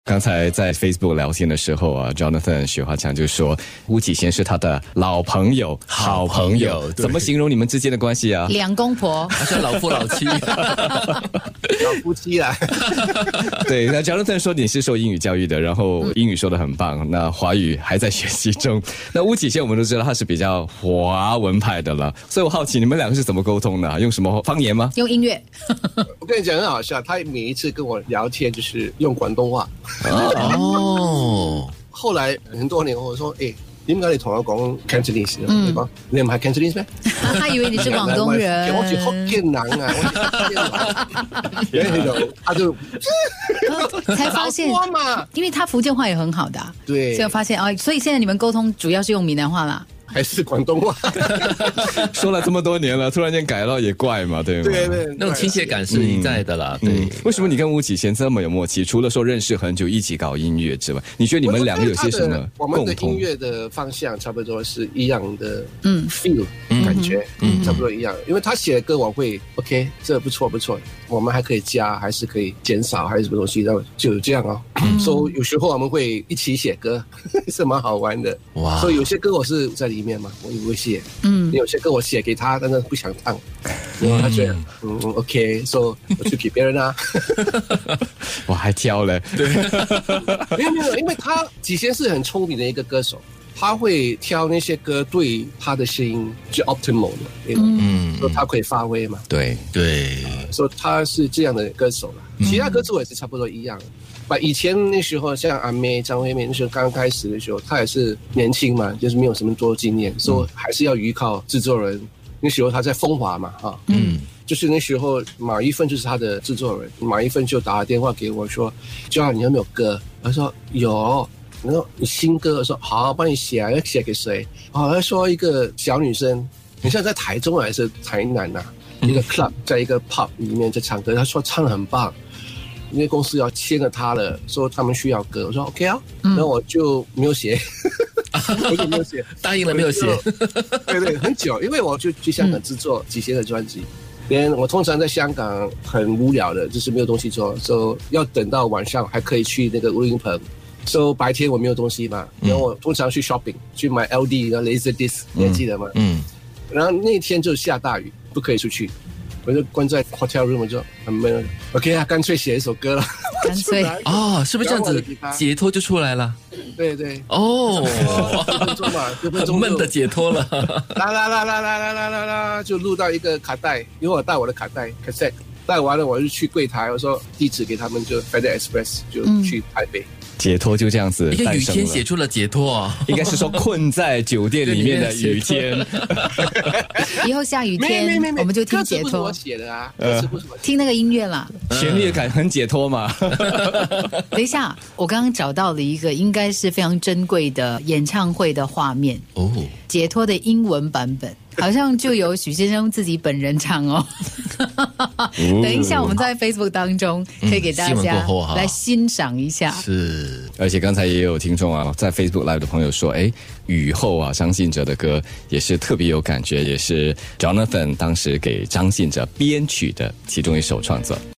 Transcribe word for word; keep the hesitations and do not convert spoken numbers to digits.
刚才在 Facebook 聊天的时候啊 Jonathan 许华强就说巫启贤是他的老朋友好朋友，怎么形容你们之间的关系啊？ 两公婆好像老夫老妻老夫妻啦对，那 Jonathan 说你是受英语教育的，然后英语说得很棒，那华语还在学习中。那巫启贤我们都知道他是比较华文派的了，所以我好奇你们两个是怎么沟通的、啊、用什么方言吗？ 用音乐我跟你讲很好笑，他每一次跟我聊天就是用广东话哦， 後來很多年我說誒點解你同我講 Cantonese、嗯、你講你唔係 Cantonese 咩？ 他以為你是廣東人我是福建人啊我是福建人然後他就才發現因為他福建話也很好的、啊、 對， 所以發現、哦、所以現在你們溝通主要是用閩南話啦， 還是廣東話說了這麼多年了，突然間改了也怪嘛，對嗎？ 對對， 那種親切感是一在的啦、嗯、對、 嗯。為什麼你跟巫啟賢這麼有默契？除了說認識很久一起搞音樂之外，你覺得你們兩個有些什麼共同？ 我們的音樂的方向差不多是一樣的 feel、嗯、感覺、嗯、差不多一樣、嗯、因為他寫的歌我會 OK 這不錯不錯，我們還可以加還是可以減少還是什麼東西，然後就這樣哦、嗯、所以有時候我們會一起寫歌是蠻好玩的哇，所以有些歌我是在裡面嘛我也會寫，嗯，有些歌我寫給他但是不想唱，然後他覺得嗯 OK 所以我去給別人啊我還挑嘞對沒有沒有，因為他啟賢是很聰明的一個歌手，他會挑那些歌對他的聲音就 optimal 的，嗯，所以他可以發揮嘛， 對對、 呃、所以他是這樣的歌手啦，其他歌手也是差不多一樣。以前那時候像阿妹張惠妹那時候剛開始的時候，他也是年輕嘛，就是沒有什麼多經驗，所以還是要依靠製作人。那時候他在風華嘛，哈，嗯，就是那時候馬一芬就是他的製作人，馬一芬就打電話給我說 John 你有沒有歌？他說有，然後你新歌，我說好，幫你寫啊，要寫給誰？哦，他說一個小女生，你像在台中還是台南啊，一個 club 在一個 pub 裡面在唱歌，他說唱得很棒，因為公司要簽了他了，說他們需要歌，我說 OK 啊，然後我就沒有寫，我就沒有寫， 答應了沒有寫， 對對，很久，因為我就去香港製作幾些的專輯，連我通常在香港很無聊的，就是沒有東西做，所以要等到晚上還可以去那個錄音棚，所以白天我沒有東西嘛，然後我通常去 shopping 去買 L D 然後 laser disc，你還記得嗎？嗯，然後那天就下大雨，不可以出去。我就關在 hotel room 就很悶 OK 啊，乾脆寫一首歌了， 乾脆哦，是不是這樣子解脫就出來了？ 對對哦， 十分鐘嘛，十分鐘悶的解脫了， 啦啦啦啦啦啦啦啦啦，就錄到一個卡帶，因為我帶我的卡帶 cassette， 帶完了我就去櫃台，我說地址給他們，就 FedEx Express 就去台北。嗯解脫就這樣子誕生了，一個雨天寫出了解脫啊， 應該是說困在酒店裡面的雨天。 以後下雨天沒沒沒沒我們就聽解脫。歌詞不是我寫的啊，歌詞不是我寫的，聽那個音樂啦， 旋律感很解脫嘛。 等一下，我剛剛找到了一個應該是非常珍貴的演唱會的畫面哦，解脫的英文版本。好像就由許先生自己本人唱哦等一下我們在 Facebook 當中可以給大家來欣賞一下、嗯、是， 而且剛才也有聽眾啊在 Facebook Live 的朋友說誒雨後啊張信哲的歌也是特別有感覺，也是 Jonathan 當時給張信哲編曲的其中一首創作。